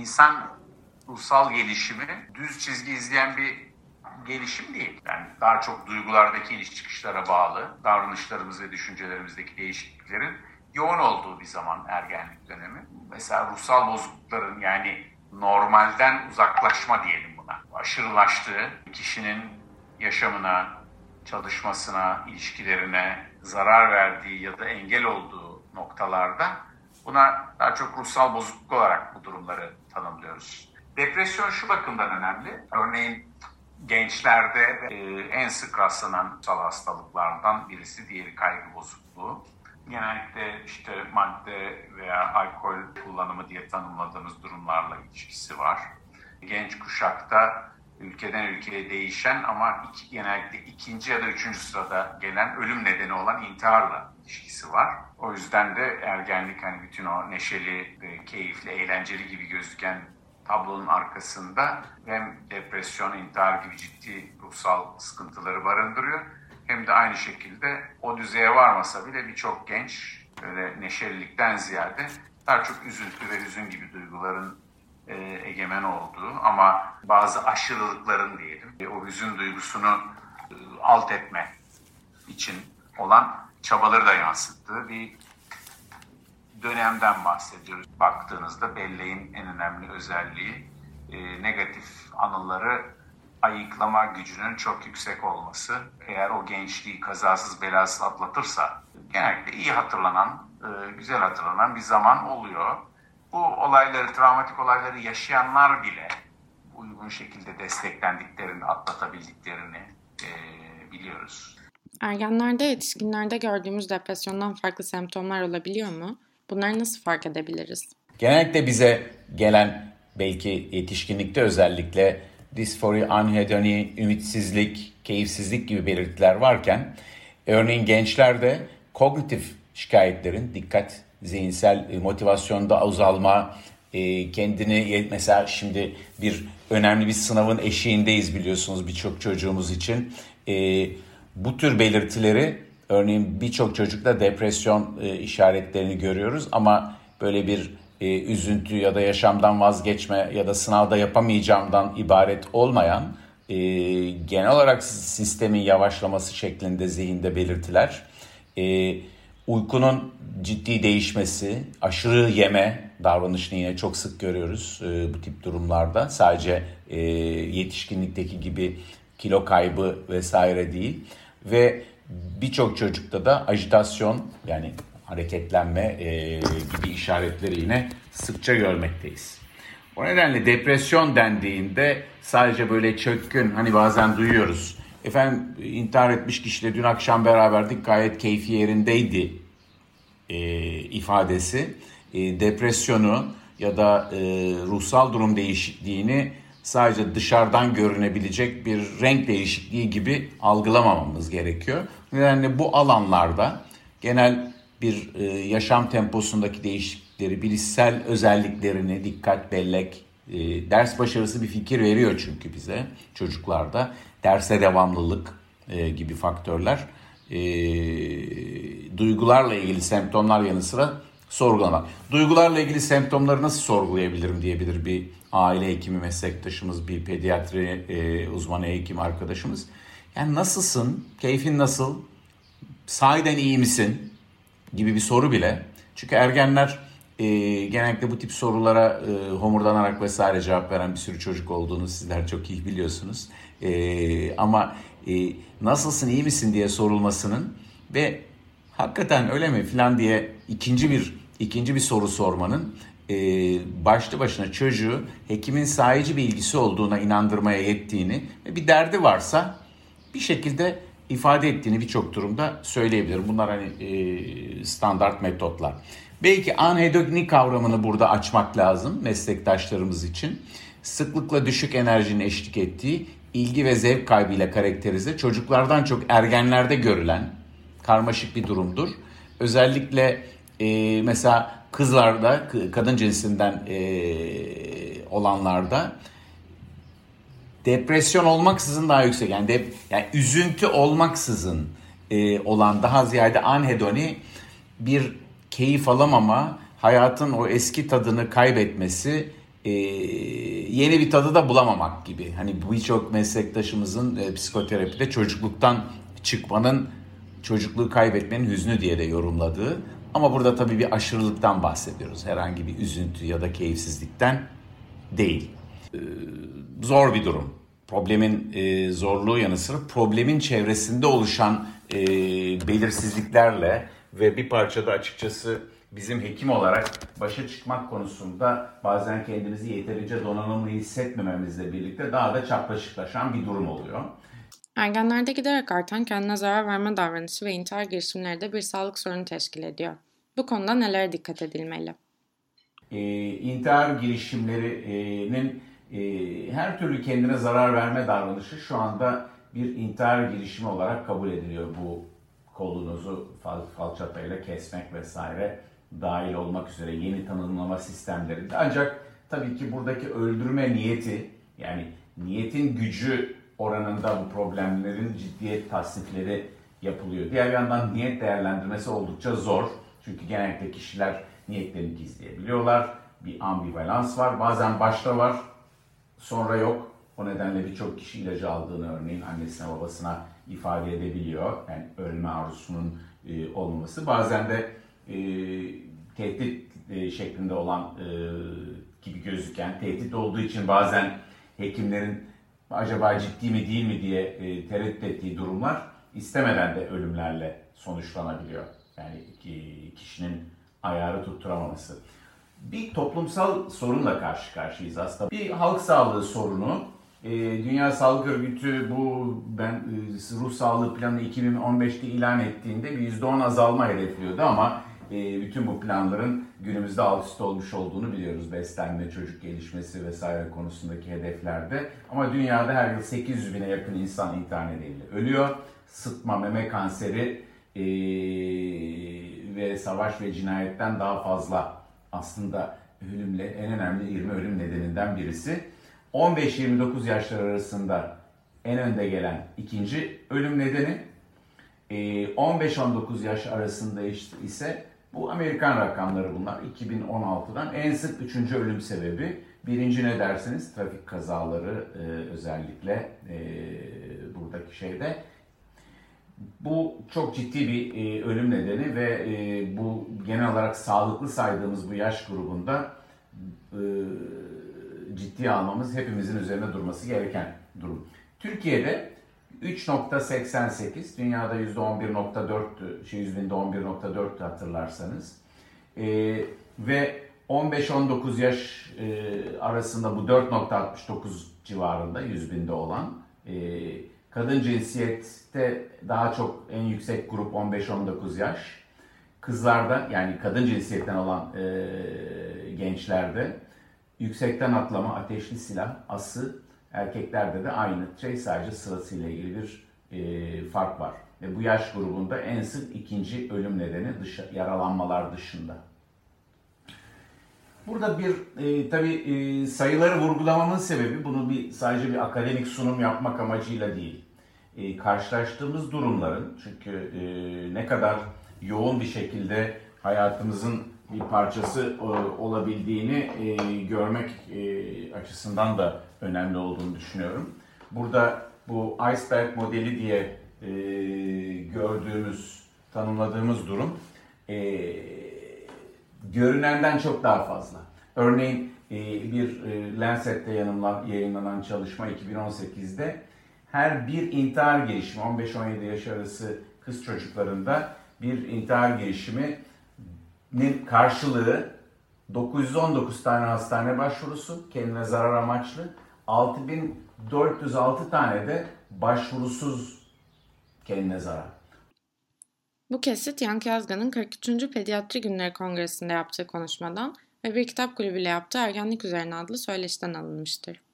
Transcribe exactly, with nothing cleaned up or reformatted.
insan ruhsal gelişimi düz çizgi izleyen bir gelişim değil. Yani daha çok duygulardaki iniş çıkışlara bağlı, davranışlarımız ve düşüncelerimizdeki değişikliklerin yoğun olduğu bir zaman ergenlik dönemi. Mesela ruhsal bozuklukların, yani normalden uzaklaşma diyelim buna, aşırılaştığı, kişinin yaşamına, çalışmasına, ilişkilerine zarar verdiği ya da engel olduğu noktalarda buna daha çok ruhsal bozukluk olarak bu durumları tanımlıyoruz. Depresyon şu bakımdan önemli. Örneğin gençlerde e, en sık rastlanan ruhsal hastalıklardan birisi diğeri kaygı bozukluğu. Genellikle işte madde veya alkol kullanımı diye tanımladığımız durumlarla ilişkisi var. Genç kuşakta ülkeden ülkeye değişen ama iki, genellikle ikinci ya da üçüncü sırada gelen ölüm nedeni olan intiharla ilişkisi var. O yüzden de ergenlik, hani bütün o neşeli, keyifli, eğlenceli gibi gözüken tablonun arkasında hem depresyon, intihar gibi ciddi ruhsal sıkıntıları barındırıyor. Hem de aynı şekilde o düzeye varmasa bile birçok genç böyle neşelilikten ziyade daha çok üzüntü ve hüzün gibi duyguların e, egemen olduğu ama bazı aşırılıkların diyelim e, o hüzün duygusunu e, alt etme için olan çabaları da yansıttığı bir dönemden bahsediyoruz. Baktığınızda belleğin en önemli özelliği e, negatif anıları ayıklama gücünün çok yüksek olması. Eğer o gençliği kazasız belasız atlatırsa genellikle iyi hatırlanan, e, güzel hatırlanan bir zaman oluyor. Bu olayları, travmatik olayları yaşayanlar bile uygun şekilde desteklendiklerini, atlatabildiklerini e, biliyoruz. Ergenlerde, yetişkinlerde gördüğümüz depresyondan farklı semptomlar olabiliyor mu? Bunları nasıl fark edebiliriz? Genellikle bize gelen, belki yetişkinlikte özellikle disfori, anhedoni, ümitsizlik, keyifsizlik gibi belirtiler varken, örneğin gençlerde kognitif şikayetlerin, dikkat, zihinsel motivasyonda azalma, kendini, mesela şimdi bir önemli bir sınavın eşiğindeyiz biliyorsunuz birçok çocuğumuz için. Bu tür belirtileri, örneğin birçok çocukta depresyon işaretlerini görüyoruz ama böyle bir e, üzüntü ya da yaşamdan vazgeçme ya da sınavda yapamayacağımdan ibaret olmayan e, genel olarak sistemin yavaşlaması şeklinde zihinde belirtiler, e, uykunun ciddi değişmesi, aşırı yeme davranışını yine çok sık görüyoruz e, bu tip durumlarda. Sadece e, yetişkinlikteki gibi kilo kaybı vesaire değil ve birçok çocukta da ajitasyon, yani hareketlenme e, gibi işaretleri yine sıkça görmekteyiz. O nedenle depresyon dendiğinde sadece böyle çökkün, hani bazen duyuyoruz, efendim intihar etmiş kişiyle dün akşam beraberdik, gayet keyfi yerindeydi e, ifadesi e, depresyonu ya da e, ruhsal durum değişikliğini sadece dışarıdan görünebilecek bir renk değişikliği gibi algılamamamız gerekiyor. O nedenle bu alanlarda genel bir e, yaşam temposundaki değişiklikleri, bilişsel özelliklerini, dikkat, bellek, e, ders başarısı bir fikir veriyor çünkü bize çocuklarda. Derse devamlılık e, gibi faktörler, e, duygularla ilgili semptomlar yanı sıra sorgulamak. Duygularla ilgili semptomları nasıl sorgulayabilirim diyebilir bir aile hekimi meslektaşımız, bir pediatri e, uzmanı hekim arkadaşımız. Yani nasılsın, keyfin nasıl, sahiden iyi misin gibi bir soru bile. Çünkü ergenler e, genellikle bu tip sorulara e, homurdanarak vesaire cevap veren bir sürü çocuk olduğunu sizler çok iyi biliyorsunuz. E, ama e, nasılsın, iyi misin diye sorulmasının ve hakikaten öyle mi falan diye ikinci bir ikinci bir soru sormanın e, başlı başına çocuğu hekimin sahici bir ilgisi olduğuna inandırmaya yettiğini ve bir derdi varsa bir şekilde ifade ettiğini birçok durumda söyleyebilirim. Bunlar hani e, standart metotlar. Belki anhedoni kavramını burada açmak lazım meslektaşlarımız için. Sıklıkla düşük enerjinin eşlik ettiği, ilgi ve zevk kaybıyla karakterize, çocuklardan çok ergenlerde görülen karmaşık bir durumdur. Özellikle e, mesela kızlarda, kadın cinsinden e, olanlarda depresyon olmaksızın daha yüksek, yani, de, yani üzüntü olmaksızın e, olan daha ziyade anhedoni, bir keyif alamama, hayatın o eski tadını kaybetmesi, e, yeni bir tadı da bulamamak gibi. Hani birçok meslektaşımızın e, psikoterapide çocukluktan çıkmanın, çocukluğu kaybetmenin hüznü diye de yorumladığı. Ama burada tabii bir aşırılıktan bahsediyoruz. Herhangi bir üzüntü ya da keyifsizlikten değil. E, zor bir durum. Problemin e, zorluğu yanı sıra problemin çevresinde oluşan e, belirsizliklerle ve bir parçada açıkçası bizim hekim olarak başa çıkmak konusunda bazen kendimizi yeterince donanımlı hissetmememizle birlikte daha da çapraşıklaşan bir durum oluyor. Ergenlerde giderek artan kendine zarar verme davranışı ve intihar girişimleri de bir sağlık sorunu teşkil ediyor. Bu konuda nelere dikkat edilmeli? E, intihar girişimlerinin e, her türlü kendine zarar verme davranışı şu anda bir intihar girişimi olarak kabul ediliyor. Bu kolunuzu fal, falçatayla kesmek vesaire dahil olmak üzere yeni tanımlama sistemlerinde. Ancak tabii ki buradaki öldürme niyeti, yani niyetin gücü oranında bu problemlerin ciddiyet tasnifleri yapılıyor. Diğer yandan niyet değerlendirmesi oldukça zor. Çünkü genellikle kişiler niyetlerini gizleyebiliyorlar. Bir ambivalans var. Bazen başta var, sonra yok. O nedenle birçok kişi ilacı aldığını örneğin annesine babasına ifade edebiliyor. Yani ölme arzusunun e, olmaması. Bazen de e, tehdit e, şeklinde olan e, gibi gözüken, tehdit olduğu için bazen hekimlerin acaba ciddi mi değil mi diye e, tereddüt ettiği durumlar istemeden de ölümlerle sonuçlanabiliyor. Yani kişinin ayarı tutturamaması. Bir toplumsal sorunla karşı karşıyayız aslında. Bir halk sağlığı sorunu. Dünya Sağlık Örgütü bu ben ruh sağlığı planı iki bin on beşte ilan ettiğinde bir yüzde on azalma hedefliyordu ama bütün bu planların günümüzde alt üst olmuş olduğunu biliyoruz. Beslenme, çocuk gelişmesi vesaire konusundaki hedeflerde. Ama dünyada her yıl sekiz yüz bine yakın insan intihar nedeniyle ölüyor. Sıtma, meme kanseri ee, ve savaş ve cinayetten daha fazla aslında ölümle en önemli yirmi ölüm nedeninden birisi. on beş yirmi dokuz yaşlar arasında en önde gelen ikinci ölüm nedeni. Ee, on beş on dokuz yaş arasında işte ise bu Amerikan rakamları bunlar. iki bin on altıdan en sık üçüncü ölüm sebebi. Birinci ne dersiniz? Trafik kazaları e, özellikle e, buradaki şeyde. Bu çok ciddi bir e, ölüm nedeni ve e, bu genel olarak sağlıklı saydığımız bu yaş grubunda e, ciddiye almamız, hepimizin üzerine durması gereken durum. Türkiye'de üç virgül seksen sekiz, dünyada yüzde on bir virgül dörttü, şey yüz binde on bir virgül dörttü hatırlarsanız. E, ve on beş on dokuz yaş e, arasında bu dört virgül altmış dokuz civarında yüz binde olan. E, kadın cinsiyette daha çok en yüksek grup on beş on dokuz yaş. Kızlarda yani kadın cinsiyetten olan e, gençlerde yüksekten atlama, ateşli silah, ası, erkeklerde de aynı şey, sadece sırasıyla ilgili bir e, fark var. Ve bu yaş grubunda en sık ikinci ölüm nedeni dış, yaralanmalar dışında. Burada bir e, tabii e, sayıları vurgulamamın sebebi bunu bir sadece bir akademik sunum yapmak amacıyla değil. E, karşılaştığımız durumların çünkü e, ne kadar yoğun bir şekilde hayatımızın bir parçası e, olabildiğini e, görmek e, açısından da önemli olduğunu düşünüyorum. Burada bu iceberg modeli diye e, gördüğümüz, tanımladığımız durum e, görünenden çok daha fazla. Örneğin e, bir e, Lancet'te yayınlanan çalışma iki bin on sekizde her bir intihar girişimi, on beş on yedi yaş arası kız çocuklarında bir intihar girişiminin karşılığı dokuz yüz on dokuz tane hastane başvurusu, kendine zarar amaçlı, altı bin dört yüz altı tane de başvurusuz kendine zarar. Bu kesit Yankı Yazgan'ın kırk üçüncü Pediatri Günleri Kongresi'nde yaptığı konuşmadan ve bir kitap kulübüyle yaptığı Ergenlik Üzerine adlı söyleşiden alınmıştır.